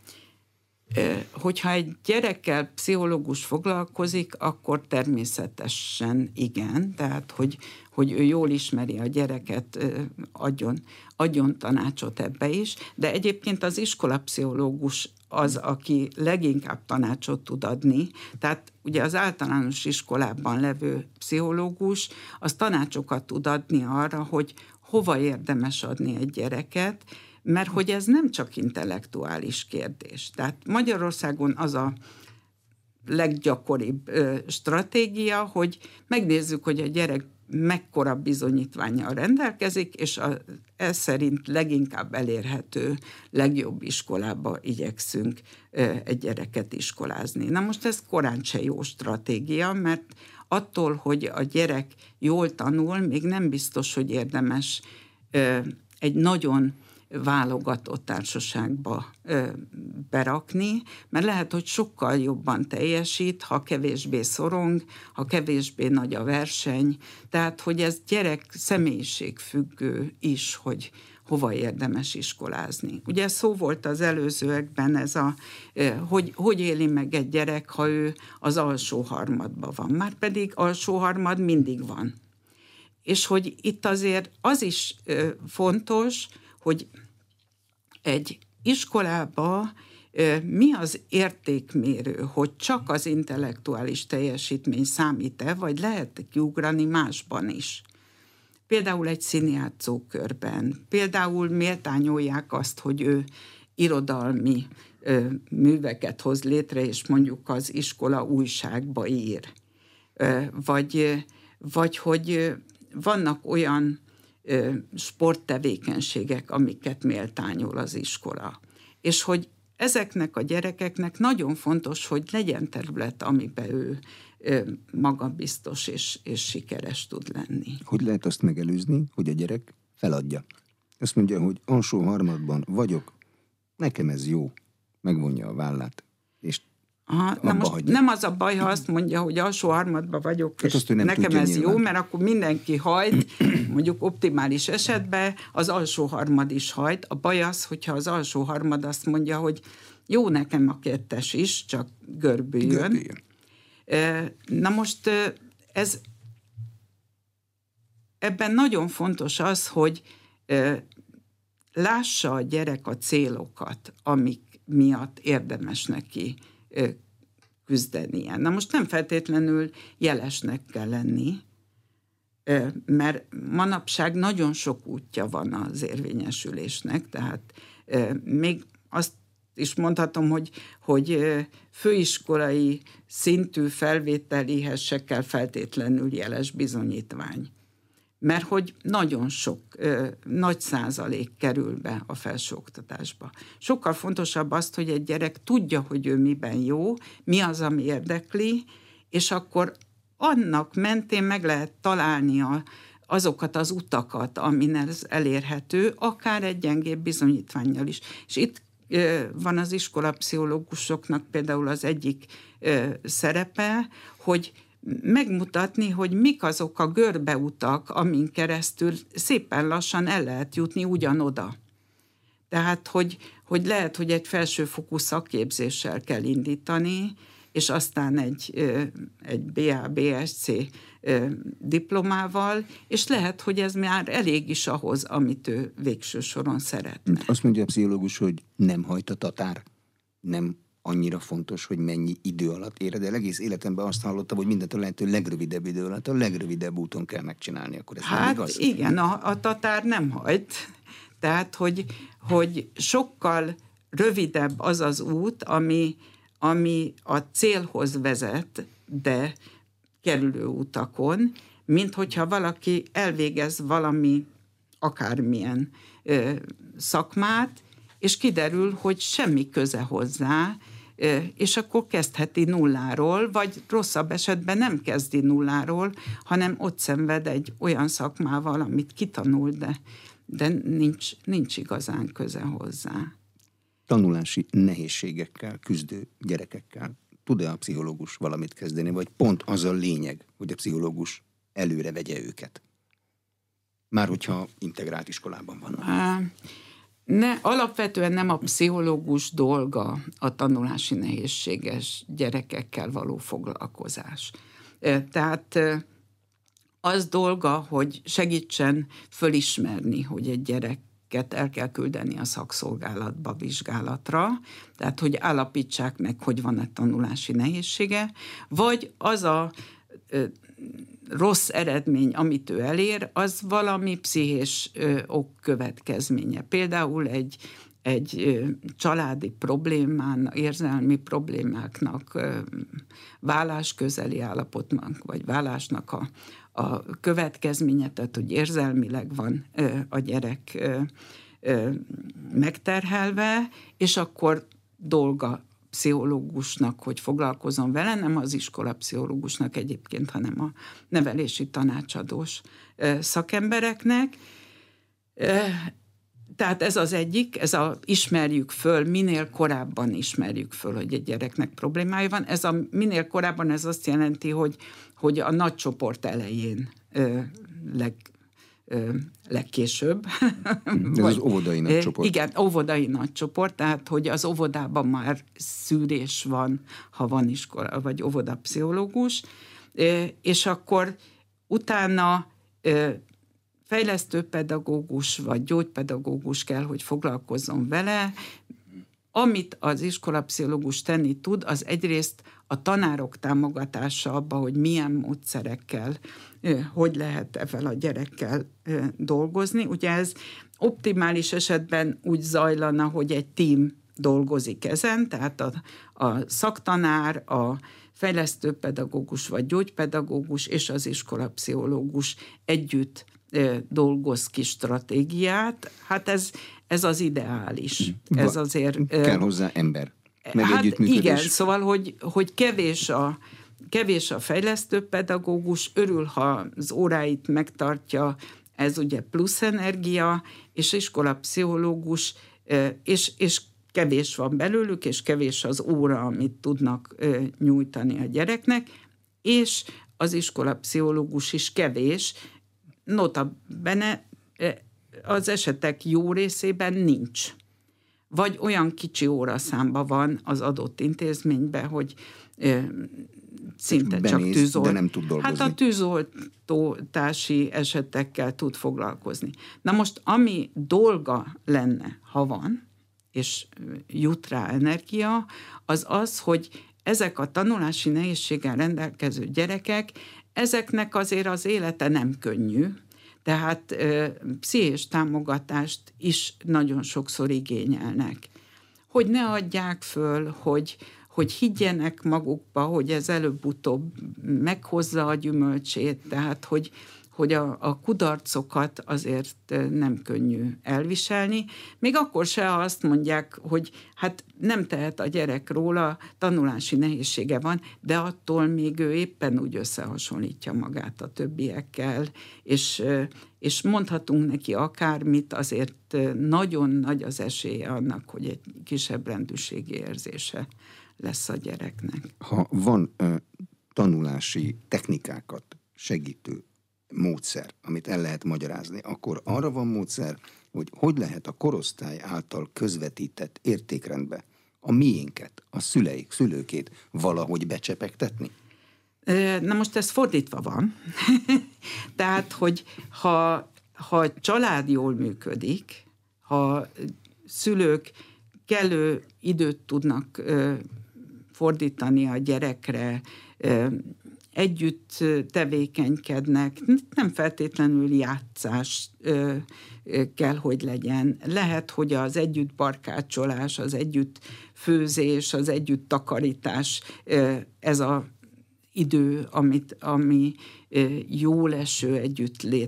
hogyha egy gyerekkel pszichológus foglalkozik, akkor természetesen igen, tehát hogy, hogy ő jól ismeri a gyereket, adjon, adjon tanácsot ebbe is, de egyébként az iskolapszichológus az, aki leginkább tanácsot tud adni, tehát ugye az általános iskolában levő pszichológus az tanácsokat tud adni arra, hogy hova érdemes adni egy gyereket, mert hogy ez nem csak intellektuális kérdés. Tehát Magyarországon az a leggyakoribb ö, stratégia, hogy megnézzük, hogy a gyerek mekkora bizonyítvánnyal rendelkezik, és a, ez szerint leginkább elérhető, legjobb iskolába igyekszünk ö, egy gyereket iskolázni. Na most ez korán se jó stratégia, mert attól, hogy a gyerek jól tanul, még nem biztos, hogy érdemes ö, egy nagyon válogatott társaságba ö, berakni, mert lehet, hogy sokkal jobban teljesít, ha kevésbé szorong, ha kevésbé nagy a verseny, tehát hogy ez gyerek személyiségfüggő is, hogy hova érdemes iskolázni. Ugye szó volt az előzőekben ez a, hogy, hogy éli meg egy gyerek, ha ő az alsó harmadban van. Márpedig alsó harmad mindig van. És hogy itt azért az is fontos, hogy egy iskolába mi az értékmérő, hogy csak az intellektuális teljesítmény számít-e, vagy lehet kiugrani másban is. Például egy színjátszókörben. Például méltányolják azt, hogy ő irodalmi ö, műveket hoz létre, és mondjuk az iskola újságba ír. Ö, vagy, vagy hogy vannak olyan ö, sporttevékenységek, amiket méltányol az iskola. És hogy ezeknek a gyerekeknek nagyon fontos, hogy legyen terület, amiben ő magabiztos és, és sikeres tud lenni. Hogy lehet azt megelőzni, hogy a gyerek feladja? Azt mondja, hogy alsó harmadban vagyok, nekem ez jó, megvonja a vállát, és Aha, na most hagyja. Nem az a baj, ha azt mondja, hogy alsó harmadban vagyok, hát és nekem ez nyilván jó, mert akkor mindenki hajt, mondjuk optimális esetben az alsó harmad is hajt. A baj az, hogyha az alsó harmad azt mondja, hogy jó, nekem a kettes is, csak görbüljön. görbüljön. Na most ez, ebben nagyon fontos az, hogy lássa a gyerek a célokat, amik miatt érdemes neki küzdenie. Na most nem feltétlenül jelesnek kell lenni, mert manapság nagyon sok útja van az érvényesülésnek, tehát még azt is mondhatom, hogy, hogy főiskolai szintű felvételihez se kell feltétlenül jeles bizonyítvány. Mert hogy nagyon sok, nagy százalék kerül be a felsőoktatásba. Sokkal fontosabb azt, hogy egy gyerek tudja, hogy ő miben jó, mi az, ami érdekli, és akkor annak mentén meg lehet találni a, azokat az utakat, amin ez elérhető, akár egy gyengébb bizonyítvánnyal is. És itt van az iskolapszichológusoknak például az egyik szerepe, hogy megmutatni, hogy mik azok a görbeutak, amin keresztül szépen lassan el lehet jutni ugyanoda. Tehát, hogy, hogy lehet, hogy egy felsőfokú szakképzéssel kell indítani, és aztán egy, egy bé á bé es cé diplomával, és lehet, hogy ez már elég is ahhoz, amit ő végső soron szeretne. Azt mondja a pszichológus, hogy nem hajt a tatár, nem annyira fontos, hogy mennyi idő alatt éred el. Egész életemben azt hallottam, hogy mindent a lehető legrövidebb idő alatt, a legrövidebb úton kell megcsinálni. Akkor ez hát nem igaz? Igen, a, a tatár nem hajt. Tehát, hogy, hogy sokkal rövidebb az az út, ami, ami a célhoz vezet, de kerülő utakon, mint hogyha valaki elvégez valami akármilyen ö, szakmát, és kiderül, hogy semmi köze hozzá, ö, és akkor kezdheti nulláról, vagy rosszabb esetben nem kezdi nulláról, hanem ott szenved egy olyan szakmával, amit kitanul, de, de nincs, nincs igazán köze hozzá. Tanulási nehézségekkel küzdő gyerekekkel tud-e a pszichológus valamit kezdeni, vagy pont az a lényeg, hogy a pszichológus előre vegye őket? Már hogyha integrált iskolában vannak. Ne, alapvetően nem a pszichológus dolga a tanulási nehézséges gyerekekkel való foglalkozás. Tehát az dolga, hogy segítsen fölismerni, hogy egy gyereket el kell küldeni a szakszolgálatba vizsgálatra, tehát hogy állapítsák meg, hogy van-e tanulási nehézsége, vagy az a rossz eredmény, amit ő elér, az valami pszichés ö, ok következménye. Például egy, egy ö, családi problémán, érzelmi problémáknak, ö, vállás közeli állapotnak, vagy vállásnak a, a következménye, tehát hogy érzelmileg van ö, a gyerek ö, ö, megterhelve, és akkor dolga pszichológusnak, hogy foglalkozom vele, nem az iskola pszichológusnak egyébként, hanem a nevelési tanácsadós szakembereknek. Tehát ez az egyik, ez a ismerjük föl, minél korábban ismerjük föl, hogy egy gyereknek problémája van. Ez a minél korábban, ez azt jelenti, hogy, hogy a nagy csoport elején leg, legkésőbb. Ez vagy, az óvodai nagycsoport. Igen, óvodai nagycsoport, tehát hogy az óvodában már szűrés van, ha van iskola, vagy óvodapszichológus, és akkor utána fejlesztőpedagógus vagy gyógypedagógus kell, hogy foglalkozzon vele. Amit az iskolapszichológus tenni tud, az egyrészt a tanárok támogatása abba, hogy milyen módszerekkel, hogy lehet ezzel a gyerekkel dolgozni. Ugye ez optimális esetben úgy zajlana, hogy egy tím dolgozik ezen, tehát a, a szaktanár, a fejlesztőpedagógus vagy gyógypedagógus és az iskolapszichológus együtt dolgoz ki stratégiát. Hát ez, ez az ideális. Ez azért, kell hozzá ember. Meg hát együttműködés. Igen, szóval, hogy, hogy kevés a, kevés a fejlesztőpedagógus, örül, ha az óráit megtartja, ez ugye plusz energia, és iskolapszichológus, és, és kevés van belőlük, és kevés az óra, amit tudnak nyújtani a gyereknek, és az iskolapszichológus is kevés, nota bene az esetek jó részében nincs. Vagy olyan kicsi óraszámba van az adott intézményben, hogy ö, szinte benéz, csak tűzolt. De nem tud dolgozni. Hát a tűzoltótási esetekkel tud foglalkozni. Na most, ami dolga lenne, ha van, és jut rá energia, az az, hogy ezek a tanulási nehézséggel rendelkező gyerekek, ezeknek azért az élete nem könnyű, tehát ö, pszichés támogatást is nagyon sokszor igényelnek. Hogy ne adják föl, hogy, hogy higgyenek magukba, hogy ez előbb-utóbb meghozza a gyümölcsét, tehát hogy, hogy a, a kudarcokat azért nem könnyű elviselni. Még akkor se, ha azt mondják, hogy hát nem tehet a gyerek róla, tanulási nehézsége van, de attól még ő éppen úgy összehasonlítja magát a többiekkel, és, és mondhatunk neki akármit, azért nagyon nagy az esélye annak, hogy egy kisebb rendűségi érzése lesz a gyereknek. Ha van ö, tanulási technikákat segítő módszer, amit el lehet magyarázni, akkor arra van módszer, hogy hogy lehet a korosztály által közvetített értékrendbe a miénket, a szüleik, szülőkét valahogy becsepegtetni? Na most ez fordítva van. Tehát, hogy ha, ha a család jól működik, ha szülők kellő időt tudnak fordítani a gyerekre, együtt tevékenykednek, nem feltétlenül játszás kell, hogy legyen. Lehet, hogy az együtt barkácsolás, az együtt főzés, az együtt takarítás, ez az idő, amit, ami jól eső együttlét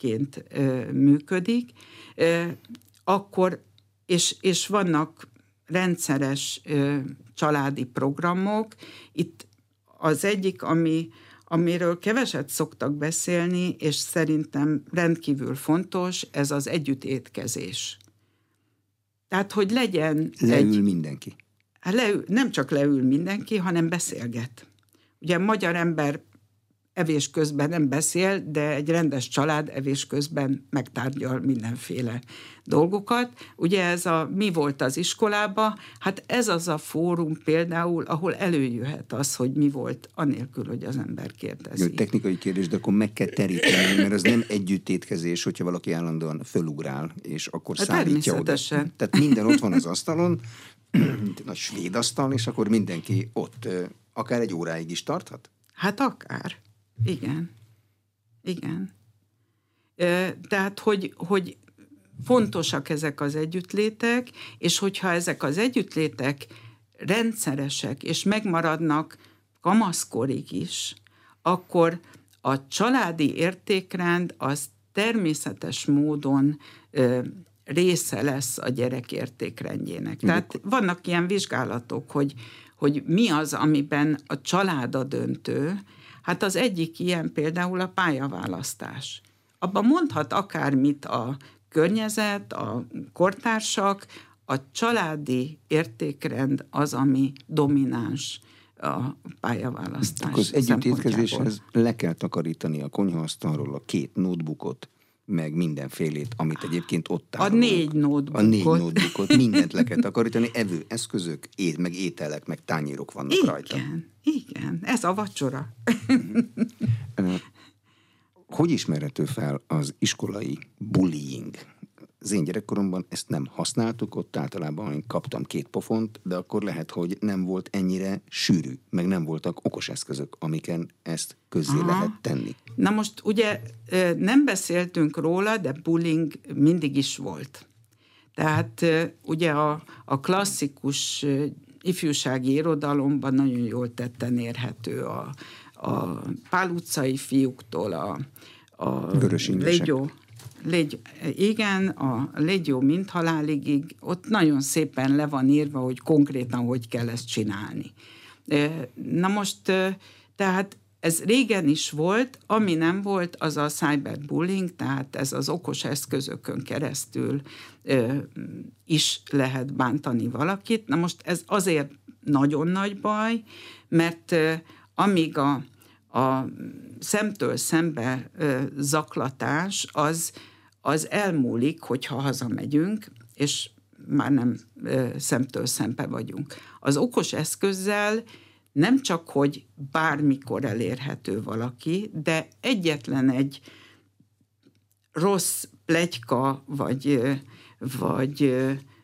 egyébként működik, akkor, és, és vannak rendszeres családi programok. Itt az egyik, ami, amiről keveset szoktak beszélni, és szerintem rendkívül fontos, ez az együttétkezés. Tehát, hogy legyen Leül egy... mindenki. Hát leül, nem csak leül mindenki, hanem beszélget. Ugye magyar ember evés közben nem beszél, de egy rendes család evés közben megtárgyal mindenféle dolgokat. Ugye ez a mi volt az iskolába, hát ez az a fórum például, ahol előjöhet az, hogy mi volt, anélkül, hogy az ember kérdezi. Jó, technikai kérdés, de akkor meg kell teríteni, mert az nem együttétkezés, hogyha valaki állandóan fölugrál, és akkor hát szállítja oda. Tehát minden ott van az asztalon, mint nagy svéd asztal, és akkor mindenki ott akár egy óráig is tarthat? Hát akár. Igen. Igen. Tehát, hogy, hogy fontosak ezek az együttlétek, és hogyha ezek az együttlétek rendszeresek, és megmaradnak kamaszkorig is, akkor a családi értékrend az természetes módon része lesz a gyerek értékrendjének. Tehát vannak ilyen vizsgálatok, hogy, hogy mi az, amiben a család a döntő. Hát az egyik ilyen például a pályaválasztás. Abban mondhat akármit a környezet, a kortársak, a családi értékrend az, ami domináns a pályaválasztás. Akkor az együttétkezéshez le kell takarítani a konyhaasztalról a két notebookot, meg mindenfélét, amit egyébként ott tárolunk. A négy notebookot. A négy notebookot, mindent le kell takarítani, evő eszközök, ét, meg ételek, meg tányérok vannak igen, rajta. Igen, igen, ez a vacsora. Hogy ismerhető fel az iskolai bullying? Az én gyerekkoromban ezt nem használtuk, ott általában én kaptam két pofont, de akkor lehet, hogy nem volt ennyire sűrű, meg nem voltak okos eszközök, amiken ezt közzé Aha. lehet tenni. Na most ugye nem beszéltünk róla, de bullying mindig is volt. Tehát ugye a, a klasszikus ifjúsági irodalomban nagyon jól tetten érhető a, a Pál utcai fiúktól a, a Légyó, Légy, igen, a Légyó mind haláligig, ott nagyon szépen le van írva, hogy konkrétan hogy kell ezt csinálni. Na most, tehát ez régen is volt, ami nem volt, az a cyberbullying, tehát ez az okos eszközökön keresztül ö, is lehet bántani valakit. Na most ez azért nagyon nagy baj, mert ö, amíg a, a szemtől szembe ö, zaklatás, az, az elmúlik, hogyha hazamegyünk, és már nem ö, szemtől szembe vagyunk. Az okos eszközzel nem csak, hogy bármikor elérhető valaki, de egyetlen egy rossz pletyka, vagy, vagy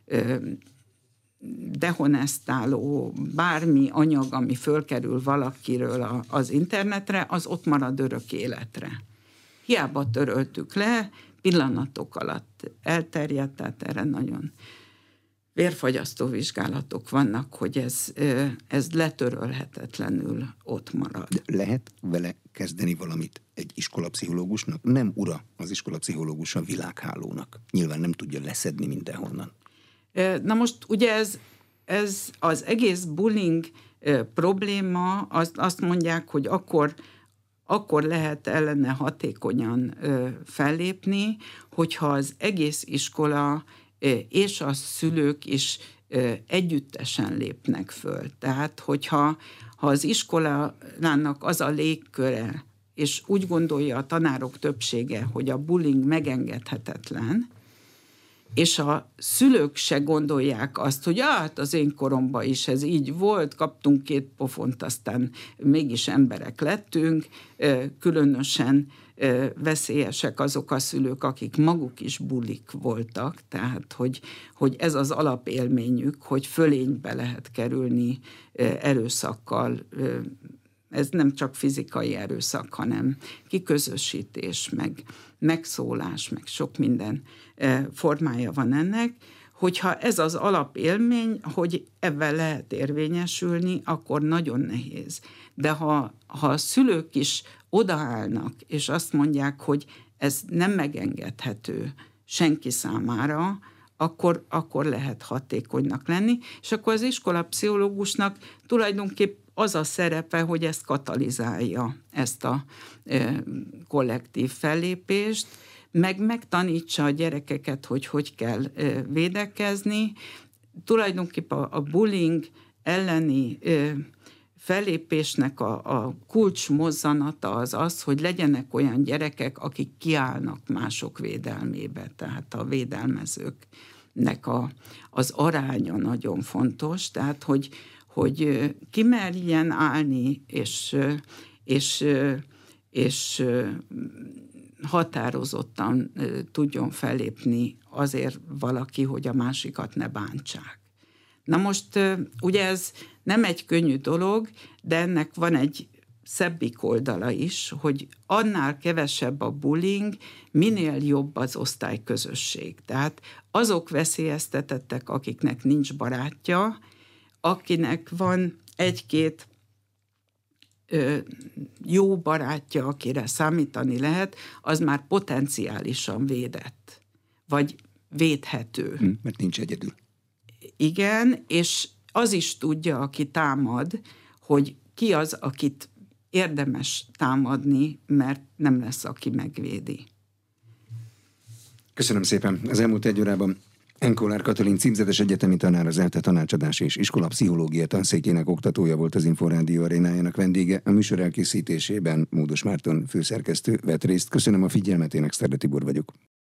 dehonestáló bármi anyag, ami fölkerül valakiről az internetre, az ott marad örök életre. Hiába töröltük le, pillanatok alatt elterjedt, tehát erre nagyon vérfagyasztó vizsgálatok vannak, hogy ez, ez letörölhetetlenül ott marad. De lehet vele kezdeni valamit egy iskolapszichológusnak? Nem ura az iskolapszichológus a világhálónak. Nyilván nem tudja leszedni mindenhonnan. Na most ugye ez, ez az egész bullying probléma, azt, azt mondják, hogy akkor, akkor lehet ellene hatékonyan fellépni, hogyha az egész iskola és a szülők is együttesen lépnek föl. Tehát, hogyha ha az iskolának az a légköre, és úgy gondolja a tanárok többsége, hogy a bullying megengedhetetlen, és a szülők se gondolják azt, hogy hát az én koromban is ez így volt, kaptunk két pofont, aztán mégis emberek lettünk, különösen veszélyesek azok a szülők, akik maguk is bulik voltak, tehát hogy, hogy ez az alapélményük, hogy fölénybe lehet kerülni erőszakkal, ez nem csak fizikai erőszak, hanem kiközösítés, meg megszólás, meg sok minden formája van ennek, hogyha ez az alapélmény, hogy ebben lehet érvényesülni, akkor nagyon nehéz. De ha, ha a szülők is odaállnak, és azt mondják, hogy ez nem megengedhető senki számára, akkor, akkor lehet hatékonynak lenni, és akkor az iskolapszichológusnak tulajdonképp az a szerepe, hogy ezt katalizálja, ezt a e, kollektív fellépést, meg megtanítsa a gyerekeket, hogy hogy kell e, védekezni. Tulajdonképpen a, a bullying elleni e, fellépésnek a, a kulcsmozzanata az az, hogy legyenek olyan gyerekek, akik kiállnak mások védelmébe, tehát a védelmezőknek a, az aránya nagyon fontos, tehát hogy, hogy kimerjen állni, és, és, és határozottan tudjon fellépni azért valaki, hogy a másikat ne bántsák. Na most ugye ez nem egy könnyű dolog, de ennek van egy szebbik oldala is, hogy annál kevesebb a bullying, minél jobb az osztályközösség. Tehát azok veszélyeztetettek, akiknek nincs barátja, akinek van egy-két ö, jó barátja, akire számítani lehet, az már potenciálisan védett, vagy védhető. Hm, mert nincs egyedül. Igen, és az is tudja, aki támad, hogy ki az, akit érdemes támadni, mert nem lesz, aki megvédi. Köszönöm szépen. Az elmúlt egy órában Enkolár Katalin címzetes egyetemi tanár, az ELTE tanácsadás és iskolapszichológia tanszékének oktatója volt az Inforádió arénájának vendége. A műsor elkészítésében Módos Márton főszerkesztő vett részt. Köszönöm a figyelmet, én Exterde Tibor vagyok.